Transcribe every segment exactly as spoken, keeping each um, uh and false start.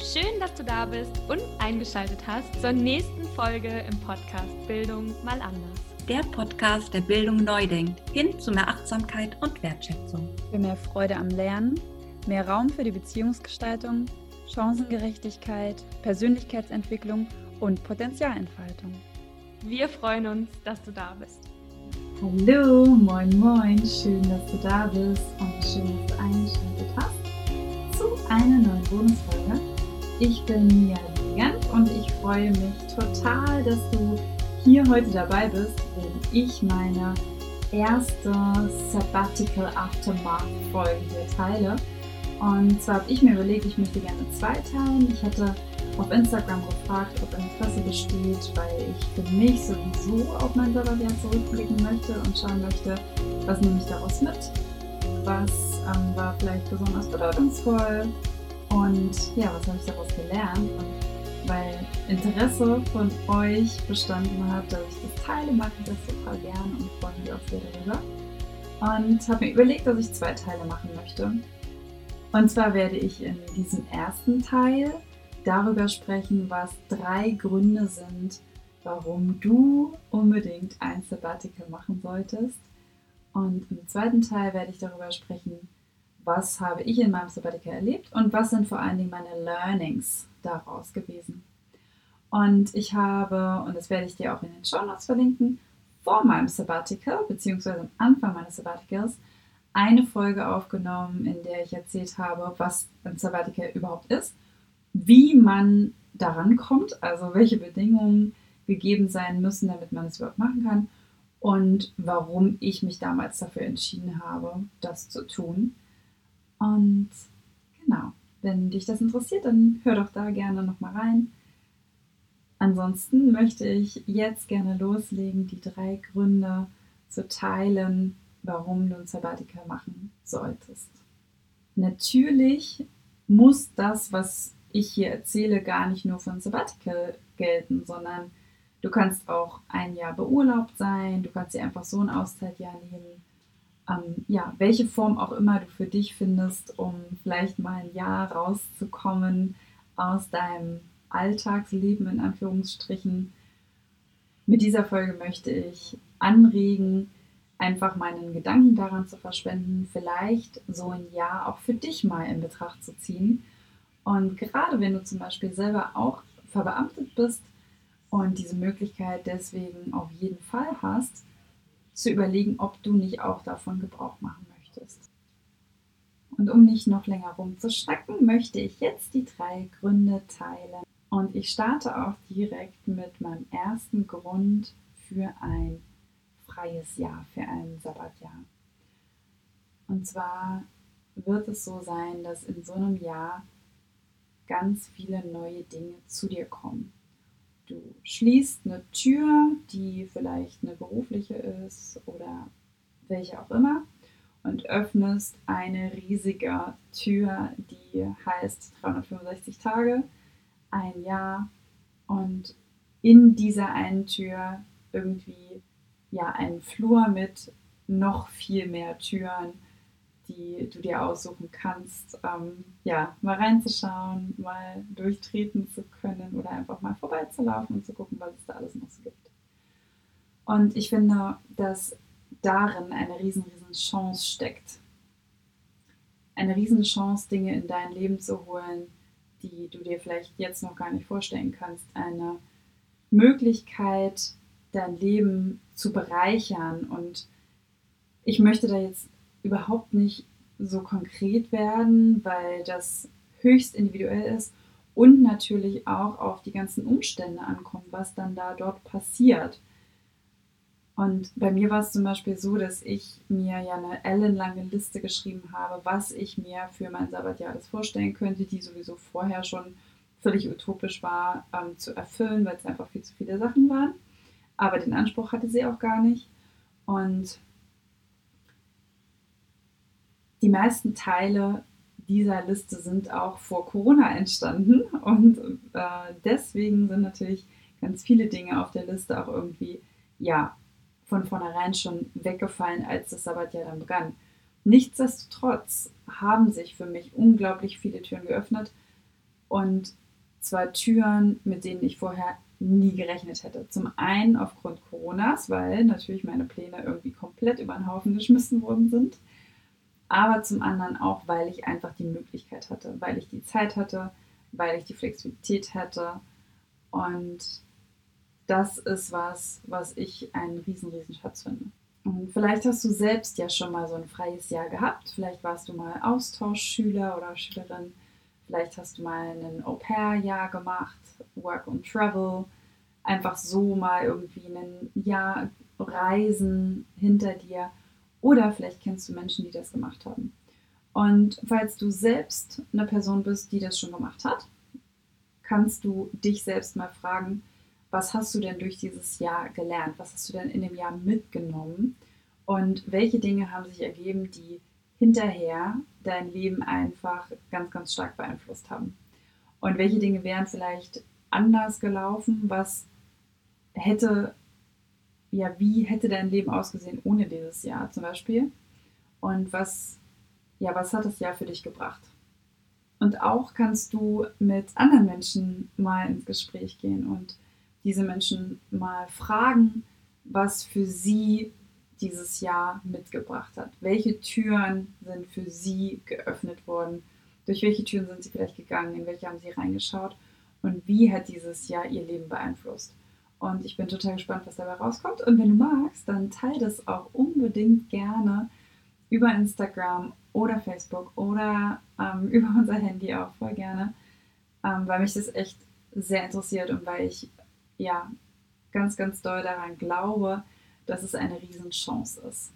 Schön, dass du da bist und eingeschaltet hast zur nächsten Folge im Podcast Bildung mal anders. Der Podcast, der Bildung neu denkt, hin zu mehr Achtsamkeit und Wertschätzung. Für mehr Freude am Lernen, mehr Raum für die Beziehungsgestaltung, Chancengerechtigkeit, Persönlichkeitsentwicklung und Potenzialentfaltung. Wir freuen uns, dass du da bist. Hallo, moin moin, schön, dass du da bist und schön, dass du eingeschaltet hast zu einer neuen Bonusfolge. Ich bin Mia Wiegand und ich freue mich total, dass du hier heute dabei bist, wenn ich meine erste Sabbatical Aftermath Folge hier teile. Und zwar habe ich mir überlegt, ich möchte gerne zwei teilen. Ich hatte auf Instagram gefragt, ob Interesse besteht, weil ich für mich sowieso auf mein Sabbatjahr zurückblicken möchte und schauen möchte, was nehme ich daraus mit, was ähm, war vielleicht besonders bedeutungsvoll und ja, was habe ich daraus gelernt. Und weil Interesse von euch bestanden hat, dass ich das teile, mache ich das total gern und freue mich auch sehr darüber. Und habe mir überlegt, dass ich zwei Teile machen möchte. Und zwar werde ich in diesem ersten Teil darüber sprechen, was drei Gründe sind, warum du unbedingt ein Sabbatical machen solltest. Und im zweiten Teil werde ich darüber sprechen, was habe ich in meinem Sabbatical erlebt und was sind vor allen Dingen meine Learnings daraus gewesen. Und ich habe, und das werde ich dir auch in den Shownotes verlinken, vor meinem Sabbatical, beziehungsweise am Anfang meines Sabbaticals, eine Folge aufgenommen, in der ich erzählt habe, was ein Sabbatical überhaupt ist, wie man daran kommt, also welche Bedingungen gegeben sein müssen, damit man es überhaupt machen kann und warum ich mich damals dafür entschieden habe, das zu tun. Und genau, wenn dich das interessiert, dann hör doch da gerne nochmal rein. Ansonsten möchte ich jetzt gerne loslegen, die drei Gründe zu teilen, warum du ein Sabbatical machen solltest. Natürlich muss das, was ich hier erzähle, gar nicht nur für ein Sabbatical gelten, sondern du kannst auch ein Jahr beurlaubt sein, du kannst dir einfach so ein Auszeitjahr nehmen. Ähm, ja, welche Form auch immer du für dich findest, um vielleicht mal ein Jahr rauszukommen aus deinem Alltagsleben in Anführungsstrichen. Mit dieser Folge möchte ich anregen, einfach meinen Gedanken daran zu verschwenden, vielleicht so ein Jahr auch für dich mal in Betracht zu ziehen. Und gerade wenn du zum Beispiel selber auch verbeamtet bist und diese Möglichkeit deswegen auf jeden Fall hast, zu überlegen, ob du nicht auch davon Gebrauch machen möchtest. Und um nicht noch länger rumzuschnacken, möchte ich jetzt die drei Gründe teilen. Und ich starte auch direkt mit meinem ersten Grund für ein freies Jahr, für ein Sabbatjahr. Und zwar wird es so sein, dass in so einem Jahr ganz viele neue Dinge zu dir kommen. Du schließt eine Tür, die vielleicht eine berufliche ist oder welche auch immer und öffnest eine riesige Tür, die heißt dreihundertfünfundsechzig Tage, ein Jahr und in dieser einen Tür irgendwie ja einen Flur mit noch viel mehr Türen, die du dir aussuchen kannst, ähm, ja, mal reinzuschauen, mal durchtreten zu können oder einfach mal vorbeizulaufen und zu gucken, was es da alles noch so gibt. Und ich finde, dass darin eine riesen, riesen Chance steckt. Eine riesen Chance, Dinge in dein Leben zu holen, die du dir vielleicht jetzt noch gar nicht vorstellen kannst. Eine Möglichkeit, dein Leben zu bereichern. Und ich möchte da jetzt überhaupt nicht so konkret werden, weil das höchst individuell ist und natürlich auch auf die ganzen Umstände ankommt, was dann da dort passiert. Und bei mir war es zum Beispiel so, dass ich mir ja eine ellenlange Liste geschrieben habe, was ich mir für mein Sabbatjahr alles vorstellen könnte, die sowieso vorher schon völlig utopisch war ähm, zu erfüllen, weil es einfach viel zu viele Sachen waren. Aber den Anspruch hatte sie auch gar nicht. Und die meisten Teile dieser Liste sind auch vor Corona entstanden und äh, deswegen sind natürlich ganz viele Dinge auf der Liste auch irgendwie, ja, von vornherein schon weggefallen, als das Sabbatjahr dann begann. Nichtsdestotrotz haben sich für mich unglaublich viele Türen geöffnet Und zwar Türen, mit denen ich vorher nie gerechnet hätte. Zum einen aufgrund Coronas, weil natürlich meine Pläne irgendwie komplett über den Haufen geschmissen worden sind. Aber zum anderen auch, weil ich einfach die Möglichkeit hatte, weil ich die Zeit hatte, weil ich die Flexibilität hatte. Und das ist was, was ich einen riesen, riesen Schatz finde. Und vielleicht hast du selbst ja schon mal so ein freies Jahr gehabt. Vielleicht warst du mal Austauschschüler oder Schülerin. Vielleicht hast du mal ein Au-pair-Jahr gemacht, Work and Travel. Einfach so mal irgendwie ein Jahr Reisen hinter dir. Oder vielleicht kennst du Menschen, die das gemacht haben. Und falls du selbst eine Person bist, die das schon gemacht hat, kannst du dich selbst mal fragen, was hast du denn durch dieses Jahr gelernt? Was hast du denn in dem Jahr mitgenommen? Und welche Dinge haben sich ergeben, die hinterher dein Leben einfach ganz, ganz stark beeinflusst haben? Und welche Dinge wären vielleicht anders gelaufen? Was hätte, ja, wie hätte dein Leben ausgesehen ohne dieses Jahr zum Beispiel? Und was, ja, was hat das Jahr für dich gebracht? Und auch kannst du mit anderen Menschen mal ins Gespräch gehen und diese Menschen mal fragen, was für sie dieses Jahr mitgebracht hat. Welche Türen sind für sie geöffnet worden? Durch welche Türen sind sie vielleicht gegangen? In welche haben sie reingeschaut? Und wie hat dieses Jahr ihr Leben beeinflusst? Und ich bin total gespannt, was dabei rauskommt. Und wenn du magst, dann teile das auch unbedingt gerne über Instagram oder Facebook oder ähm, über unser Handy auch voll gerne, ähm, weil mich das echt sehr interessiert und weil ich ja ganz, ganz doll daran glaube, dass es eine Riesenchance ist.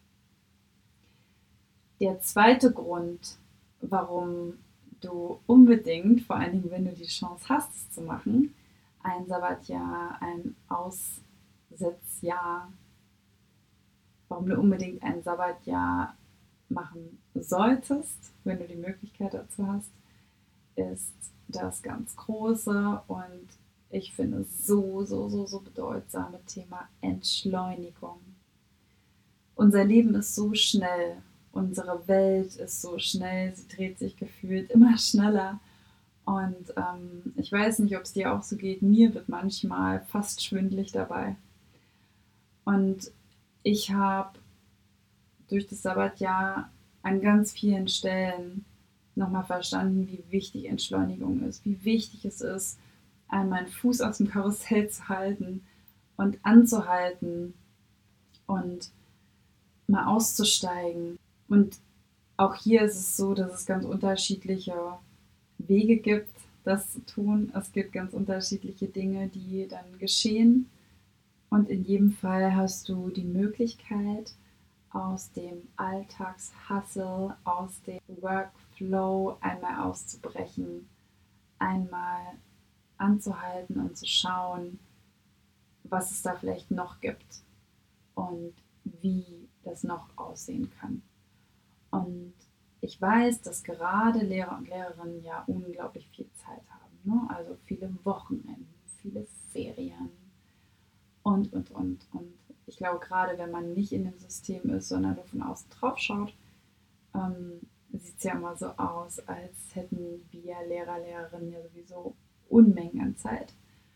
Der zweite Grund, warum du unbedingt, vor allen Dingen, wenn du die Chance hast, es zu machen, ein Sabbatjahr, ein Aussetzjahr, warum du unbedingt ein Sabbatjahr machen solltest, wenn du die Möglichkeit dazu hast, ist das ganz große und ich finde so, so, so, so bedeutsame Thema Entschleunigung. Unser Leben ist so schnell, unsere Welt ist so schnell, sie dreht sich gefühlt immer schneller. Und ähm, ich weiß nicht, ob es dir auch so geht, mir wird manchmal fast schwindelig dabei. Und ich habe durch das Sabbatjahr an ganz vielen Stellen nochmal verstanden, wie wichtig Entschleunigung ist, wie wichtig es ist, einmal einen Fuß aus dem Karussell zu halten und anzuhalten und mal auszusteigen. Und auch hier ist es so, dass es ganz unterschiedliche Wege gibt, das zu tun. Es gibt ganz unterschiedliche Dinge, die dann geschehen. Und in jedem Fall hast du die Möglichkeit, aus dem Alltagshustle, aus dem Workflow einmal auszubrechen, einmal anzuhalten und zu schauen, was es da vielleicht noch gibt und wie das noch aussehen kann. Und ich weiß, dass gerade Lehrer und Lehrerinnen ja unglaublich viel Zeit haben, ne? Also viele Wochenenden, viele Ferien und, und, und. Und ich glaube, gerade wenn man nicht in dem System ist, sondern nur von außen drauf schaut, ähm, sieht es ja immer so aus, als hätten wir Lehrer, Lehrerinnen ja sowieso Unmengen an Zeit.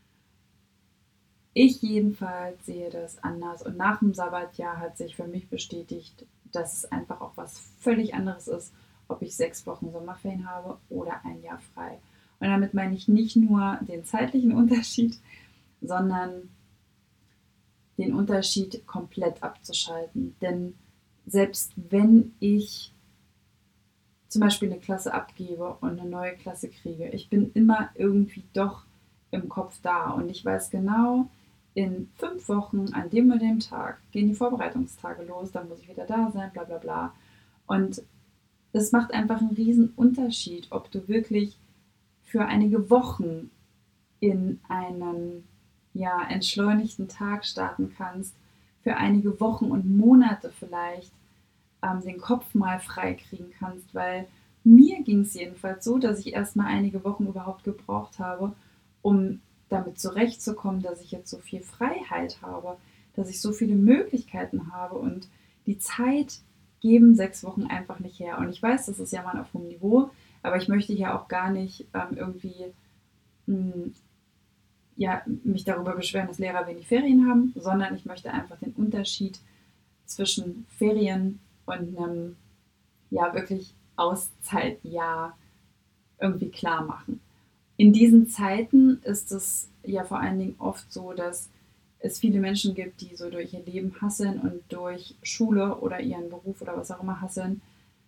Ich jedenfalls sehe das anders und nach dem Sabbatjahr hat sich für mich bestätigt, dass es einfach auch was völlig anderes ist, ob ich sechs Wochen Sommerferien habe oder ein Jahr frei. Und damit meine ich nicht nur den zeitlichen Unterschied, sondern den Unterschied komplett abzuschalten. Denn selbst wenn ich zum Beispiel eine Klasse abgebe und eine neue Klasse kriege, ich bin immer irgendwie doch im Kopf da und ich weiß genau, in fünf Wochen an dem und dem Tag gehen die Vorbereitungstage los, dann muss ich wieder da sein, bla bla bla. Und es macht einfach einen riesen Unterschied, ob du wirklich für einige Wochen in einen ja, entschleunigten Tag starten kannst, für einige Wochen und Monate vielleicht ähm, den Kopf mal frei kriegen kannst, weil mir ging es jedenfalls so, dass ich erst mal einige Wochen überhaupt gebraucht habe, um damit zurechtzukommen, dass ich jetzt so viel Freiheit habe, dass ich so viele Möglichkeiten habe und die Zeit geben sechs Wochen einfach nicht her. Und ich weiß, das ist ja mal auf hohem Niveau, Aber ich möchte hier auch gar nicht ähm, irgendwie mh, ja, mich darüber beschweren, dass Lehrer wenig Ferien haben, sondern ich möchte einfach den Unterschied zwischen Ferien und einem ja wirklich Auszeitjahr irgendwie klar machen. In diesen Zeiten ist es ja vor allen Dingen oft so, dass es viele Menschen gibt, die so durch ihr Leben hasseln und durch Schule oder ihren Beruf oder was auch immer hasseln,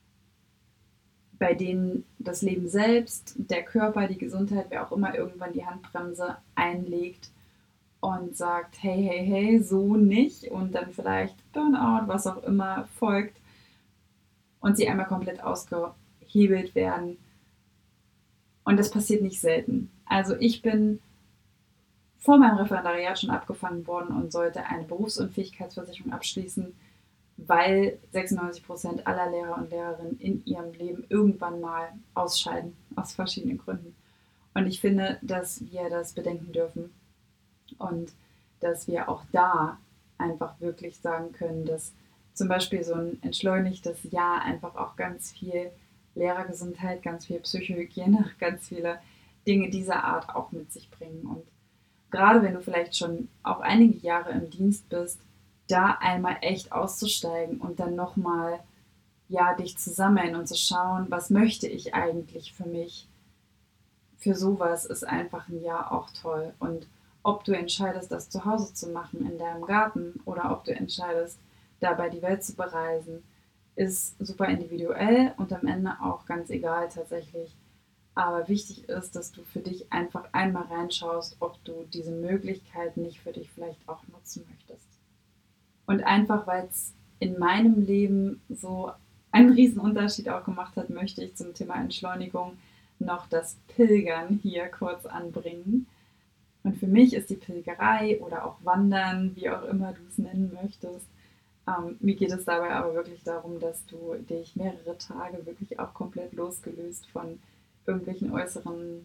bei denen das Leben selbst, der Körper, die Gesundheit, wer auch immer, irgendwann die Handbremse einlegt und sagt, hey, hey, hey, so nicht, und dann vielleicht Burnout, was auch immer folgt und sie einmal komplett ausgehebelt werden. Und das passiert nicht selten. Also ich bin vor meinem Referendariat schon abgefangen worden und sollte eine Berufsunfähigkeitsversicherung abschließen, weil sechsundneunzig Prozent aller Lehrer und Lehrerinnen in ihrem Leben irgendwann mal ausscheiden, aus verschiedenen Gründen. Und ich finde, dass wir das bedenken dürfen und dass wir auch da einfach wirklich sagen können, dass zum Beispiel so ein entschleunigtes Jahr einfach auch ganz viel Lehrergesundheit, ganz viel Psychohygiene, ganz viele Dinge dieser Art auch mit sich bringen. Und gerade wenn du vielleicht schon auch einige Jahre im Dienst bist, da einmal echt auszusteigen und dann nochmal ja, dich zu sammeln und zu schauen, was möchte ich eigentlich für mich. Für sowas ist einfach ein Jahr auch toll. Und ob du entscheidest, das zu Hause zu machen, in deinem Garten, oder ob du entscheidest, dabei die Welt zu bereisen, ist super individuell und am Ende auch ganz egal tatsächlich. Aber wichtig ist, dass du für dich einfach einmal reinschaust, ob du diese Möglichkeit nicht für dich vielleicht auch nutzen möchtest. Und einfach, weil es in meinem Leben so einen riesen Unterschied auch gemacht hat, möchte ich zum Thema Entschleunigung noch das Pilgern hier kurz anbringen. Und für mich ist die Pilgerei oder auch Wandern, wie auch immer du es nennen möchtest, ähm, mir geht es dabei aber wirklich darum, dass du dich mehrere Tage wirklich auch komplett losgelöst von irgendwelchen äußeren,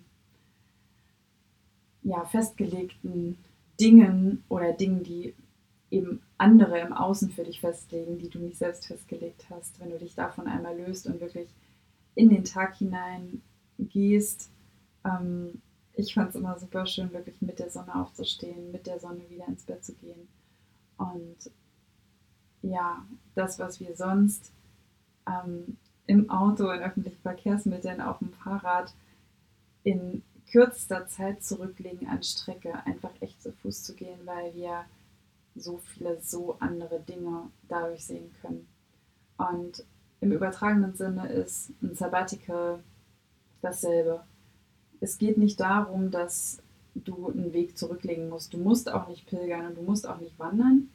ja, festgelegten Dingen oder Dingen, die eben andere im Außen für dich festlegen, die du nicht selbst festgelegt hast, wenn du dich davon einmal löst und wirklich in den Tag hinein gehst. Ähm, ich fand es immer super schön, wirklich mit der Sonne aufzustehen, mit der Sonne wieder ins Bett zu gehen. Und ja, das, was wir sonst ähm, im Auto, in öffentlichen Verkehrsmitteln, auf dem Fahrrad in kürzester Zeit zurücklegen an Strecke, einfach echt zu Fuß zu gehen, weil wir so viele, so andere Dinge dadurch sehen können. Und im übertragenen Sinne ist ein Sabbatical dasselbe. Es geht nicht darum, dass du einen Weg zurücklegen musst. Du musst auch nicht pilgern und du musst auch nicht wandern.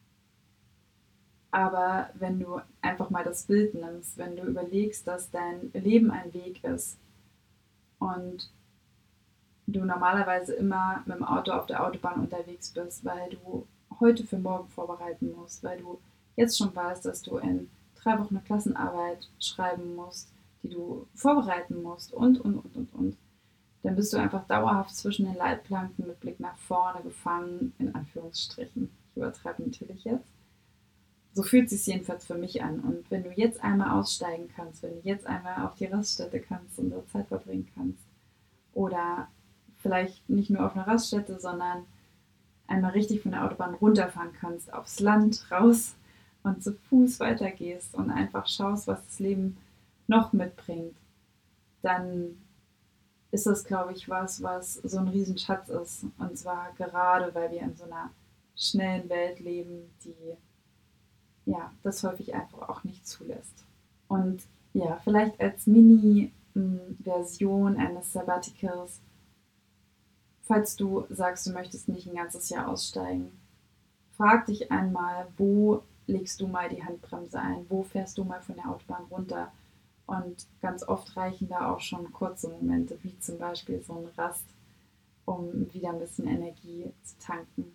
Aber wenn du einfach mal das Bild nimmst, wenn du überlegst, dass dein Leben ein Weg ist und du normalerweise immer mit dem Auto auf der Autobahn unterwegs bist, weil du heute für morgen vorbereiten musst, weil du jetzt schon weißt, dass du in drei Wochen eine Klassenarbeit schreiben musst, die du vorbereiten musst und, und, und, und, und, dann bist du einfach dauerhaft zwischen den Leitplanken mit Blick nach vorne gefangen, in Anführungsstrichen. Ich übertreibe natürlich jetzt. So fühlt es sich jedenfalls für mich an. Und wenn du jetzt einmal aussteigen kannst, wenn du jetzt einmal auf die Raststätte kannst und dort Zeit verbringen kannst, oder vielleicht nicht nur auf einer Raststätte, sondern einmal richtig von der Autobahn runterfahren kannst, aufs Land raus und zu Fuß weitergehst und einfach schaust, was das Leben noch mitbringt, dann ist das, glaube ich, was, was so ein Riesenschatz ist. Und zwar gerade, weil wir in so einer schnellen Welt leben, die ja, das häufig einfach auch nicht zulässt. Und ja, vielleicht als Mini-Version eines Sabbaticals, falls du sagst, du möchtest nicht ein ganzes Jahr aussteigen, frag dich einmal, wo legst du mal die Handbremse ein, wo fährst du mal von der Autobahn runter. Und ganz oft reichen da auch schon kurze Momente, wie zum Beispiel so ein Rast, um wieder ein bisschen Energie zu tanken.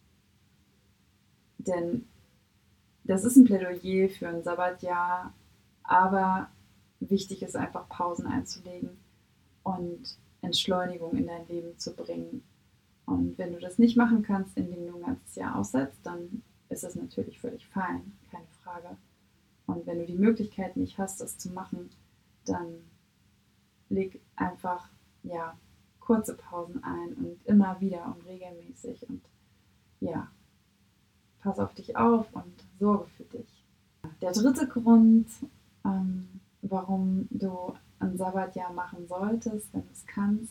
Denn das ist ein Plädoyer für ein Sabbatjahr, aber wichtig ist einfach, Pausen einzulegen und Entschleunigung in dein Leben zu bringen. Und wenn du das nicht machen kannst, indem du ein ganzes Jahr aussetzt, dann ist das natürlich völlig fein, keine Frage. Und wenn du die Möglichkeit nicht hast, das zu machen, dann leg einfach ja, kurze Pausen ein und immer wieder und regelmäßig und ja, pass auf dich auf und sorge für dich. Der dritte Grund, ähm, warum du ein Sabbatjahr machen solltest, wenn du es kannst,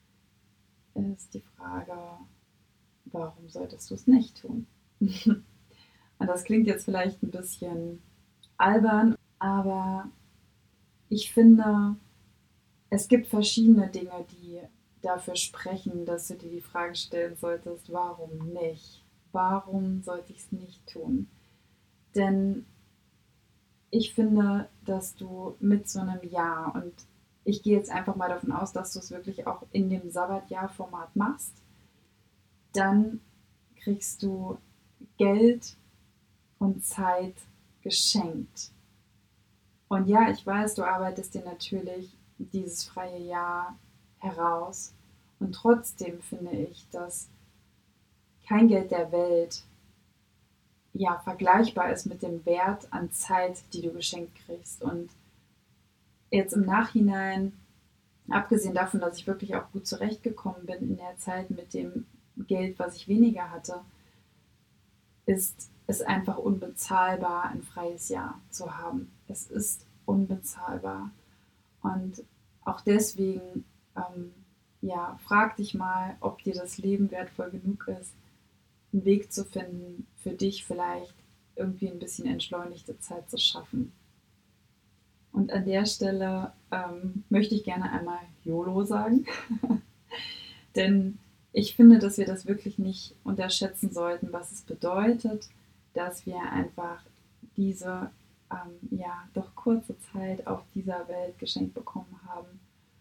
ist die Frage, warum solltest du es nicht tun? Und das klingt jetzt vielleicht ein bisschen albern, aber ich finde, es gibt verschiedene Dinge, die dafür sprechen, dass du dir die Frage stellen solltest, warum nicht? Warum sollte ich es nicht tun? Denn ich finde, dass du mit so einem Jahr, und ich gehe jetzt einfach mal davon aus, dass du es wirklich auch in dem Sabbatjahr-Format machst, dann kriegst du Geld und Zeit geschenkt. Und ja, ich weiß, du arbeitest dir natürlich dieses freie Jahr heraus. Und trotzdem finde ich, dass kein Geld der Welt ja vergleichbar ist mit dem Wert an Zeit, die du geschenkt kriegst. Und jetzt im Nachhinein, abgesehen davon, dass ich wirklich auch gut zurechtgekommen bin in der Zeit mit dem Geld, was ich weniger hatte, ist es einfach unbezahlbar, ein freies Jahr zu haben. Es ist unbezahlbar. Und auch deswegen, ähm, ja, frag dich mal, ob dir das Leben wertvoll genug ist, einen Weg zu finden, für dich vielleicht irgendwie ein bisschen entschleunigte Zeit zu schaffen. Und an der Stelle ähm, möchte ich gerne einmal YOLO sagen. Denn ich finde, dass wir das wirklich nicht unterschätzen sollten, was es bedeutet, dass wir einfach diese ähm, ja, doch kurze Zeit auf dieser Welt geschenkt bekommen haben.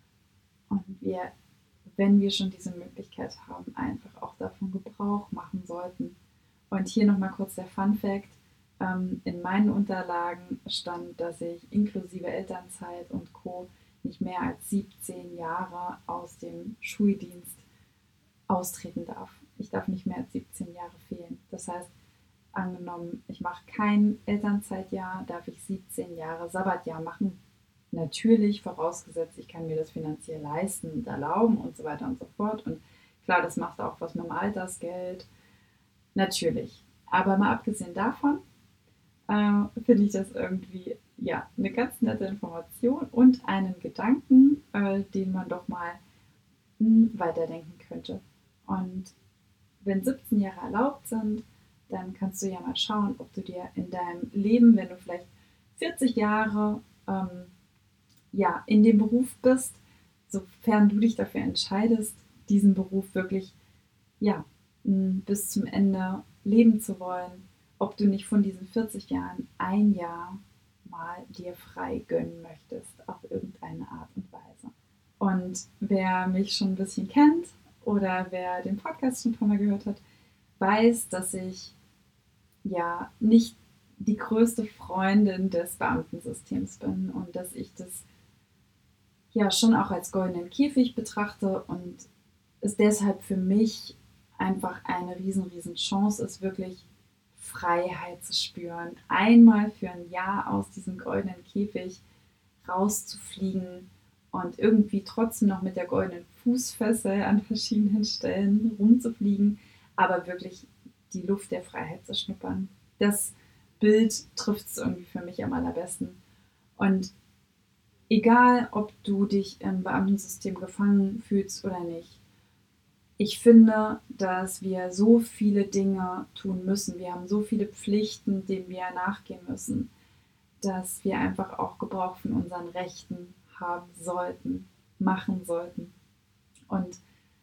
Und wir, wenn wir schon diese Möglichkeit haben, einfach auch davon Gebrauch machen sollten. Und hier nochmal kurz der Fun-Fact. Ähm, in meinen Unterlagen stand, dass ich inklusive Elternzeit und Co. nicht mehr als siebzehn Jahre aus dem Schuldienst austreten darf. Ich darf nicht mehr als siebzehn Jahre fehlen. Das heißt, angenommen, ich mache kein Elternzeitjahr, darf ich siebzehn Jahre Sabbatjahr machen. Natürlich vorausgesetzt, ich kann mir das finanziell leisten und erlauben und so weiter und so fort. Und klar, das macht auch was mit dem Altersgeld. Natürlich. Aber mal abgesehen davon, äh, finde ich das irgendwie ja, eine ganz nette Information und einen Gedanken, äh, den man doch mal mh, weiterdenken könnte. Und wenn siebzehn Jahre erlaubt sind, dann kannst du ja mal schauen, ob du dir in deinem Leben, wenn du vielleicht vierzig Jahre ähm, ja, in dem Beruf bist, sofern du dich dafür entscheidest, diesen Beruf wirklich ja, bis zum Ende leben zu wollen, ob du nicht von diesen vierzig Jahren ein Jahr mal dir frei gönnen möchtest, auf irgendeine Art und Weise. Und wer mich schon ein bisschen kennt oder wer den Podcast schon ein paar Mal gehört hat, weiß, dass ich ja nicht die größte Freundin des Beamtensystems bin und dass ich das ja schon auch als goldenen Käfig betrachte und es deshalb für mich einfach eine riesen, riesen Chance ist, wirklich Freiheit zu spüren. Einmal für ein Jahr aus diesem goldenen Käfig rauszufliegen und irgendwie trotzdem noch mit der goldenen Fußfessel an verschiedenen Stellen rumzufliegen, aber wirklich die Luft der Freiheit zu schnuppern. Das Bild trifft es irgendwie für mich am allerbesten. Und egal, ob du dich im Beamtensystem gefangen fühlst oder nicht, ich finde, dass wir so viele Dinge tun müssen. Wir haben so viele Pflichten, denen wir nachgehen müssen, dass wir einfach auch Gebrauch von unseren Rechten haben sollten, machen sollten. Und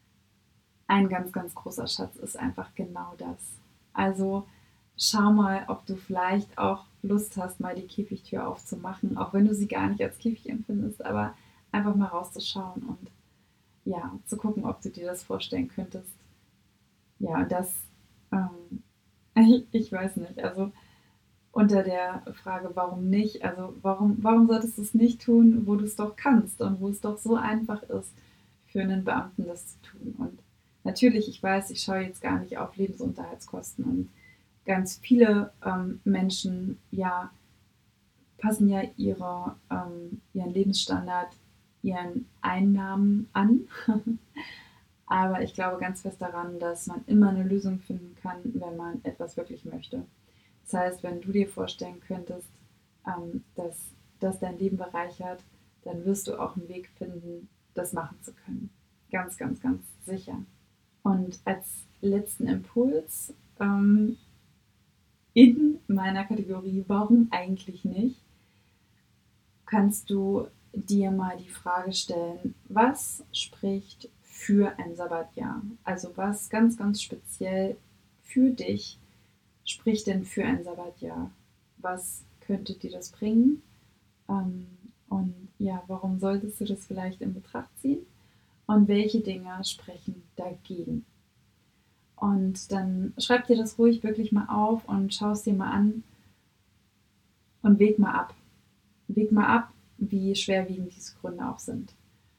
ein ganz, ganz großer Schatz ist einfach genau das. Also schau mal, ob du vielleicht auch Lust hast, mal die Käfigtür aufzumachen, auch wenn du sie gar nicht als Käfig empfindest, aber einfach mal rauszuschauen und ja, zu gucken, ob du dir das vorstellen könntest. Ja, das, ähm, ich, ich weiß nicht, also unter der Frage, warum nicht, also warum, warum solltest du es nicht tun, wo du es doch kannst und wo es doch so einfach ist, für einen Beamten das zu tun. Und natürlich, ich weiß, ich schaue jetzt gar nicht auf Lebensunterhaltskosten und ganz viele ähm, Menschen, ja, passen ja ihre, ähm, ihren Lebensstandard ihren Einnahmen an. Aber ich glaube ganz fest daran, dass man immer eine Lösung finden kann, wenn man etwas wirklich möchte. Das heißt, wenn du dir vorstellen könntest, ähm, dass das dein Leben bereichert, dann wirst du auch einen Weg finden, das machen zu können. Ganz, ganz, ganz sicher. Und als letzten Impuls ähm, in meiner Kategorie Warum eigentlich nicht, kannst du dir mal die Frage stellen, was spricht für ein Sabbatjahr? Also was ganz, ganz speziell für dich spricht denn für ein Sabbatjahr? Was könnte dir das bringen? Ähm, und ja, warum solltest du das vielleicht in Betracht ziehen? Und welche Dinge sprechen dagegen? Und dann schreib dir das ruhig wirklich mal auf und schau es dir mal an und wäg mal ab. Wäg mal ab, wie schwerwiegend diese Gründe auch sind.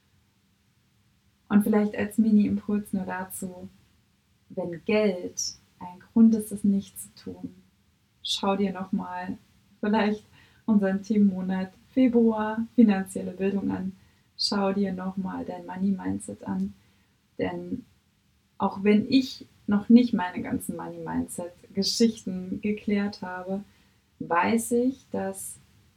Und vielleicht als Mini-Impuls nur dazu, wenn Geld ein Grund ist, es nicht zu tun, schau dir nochmal vielleicht unseren Themenmonat Februar, finanzielle Bildung an. Schau dir nochmal dein Money-Mindset an. Denn auch wenn ich noch nicht meine ganzen Money-Mindset-Geschichten geklärt habe, weiß ich, dass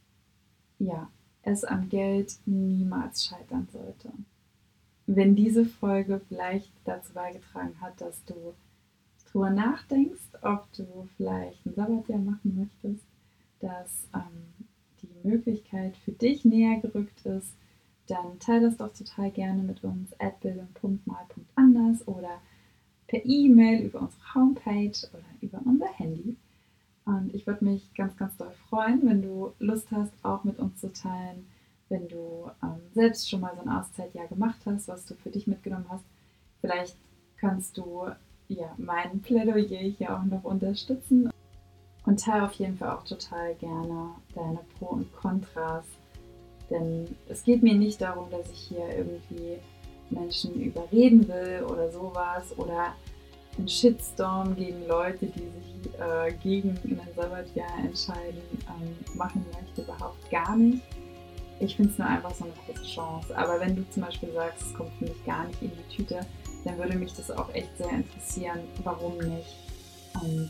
ja, es am Geld niemals scheitern sollte. Wenn diese Folge vielleicht dazu beigetragen hat, dass du drüber nachdenkst, ob du vielleicht ein Sabbatjahr machen möchtest, dass ähm, die Möglichkeit für dich näher gerückt ist, dann teile das doch total gerne mit uns at bildung punkt mal punkt anders oder per E-Mail über unsere Homepage oder über unser Handy. Und ich würde mich ganz, ganz doll freuen, wenn du Lust hast, auch mit uns zu teilen, wenn du ähm, selbst schon mal so ein Auszeitjahr gemacht hast, was du für dich mitgenommen hast. Vielleicht kannst du ja mein Plädoyer hier auch noch unterstützen. Und teile auf jeden Fall auch total gerne deine Pro und Kontras. Denn es geht mir nicht darum, dass ich hier irgendwie Menschen überreden will oder sowas oder einen Shitstorm gegen Leute, die sich äh, gegen ein Sabbatjahr entscheiden, ähm, machen möchte, überhaupt gar nicht. Ich finde es nur einfach so eine große Chance. Aber wenn du zum Beispiel sagst, es kommt für mich gar nicht in die Tüte, dann würde mich das auch echt sehr interessieren, warum nicht. Und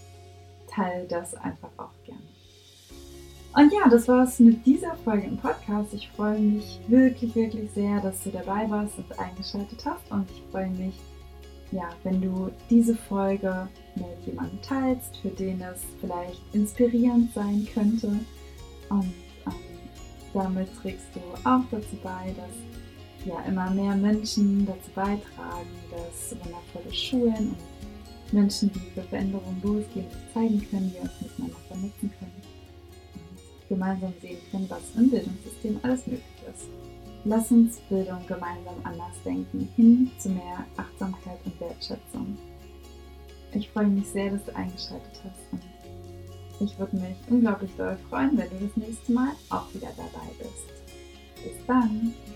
teile das einfach auch gerne. Und ja, das war's mit dieser Folge im Podcast. Ich freue mich wirklich, wirklich sehr, dass du dabei warst und eingeschaltet hast. Und ich freue mich, ja, wenn du diese Folge mit jemandem teilst, für den es vielleicht inspirierend sein könnte. Und ähm, damit trägst du auch dazu bei, dass ja immer mehr Menschen dazu beitragen, dass wundervolle Schulen und Menschen, die für Veränderungen losgehen, sich zeigen können, wir uns miteinander vernetzen können und gemeinsam sehen können, was im Bildungssystem alles möglich ist. Lass uns Bildung gemeinsam anders denken, hin zu mehr Achtsamkeit und Wertschätzung. Ich freue mich sehr, dass du eingeschaltet hast und ich würde mich unglaublich doll freuen, wenn du das nächste Mal auch wieder dabei bist. Bis dann!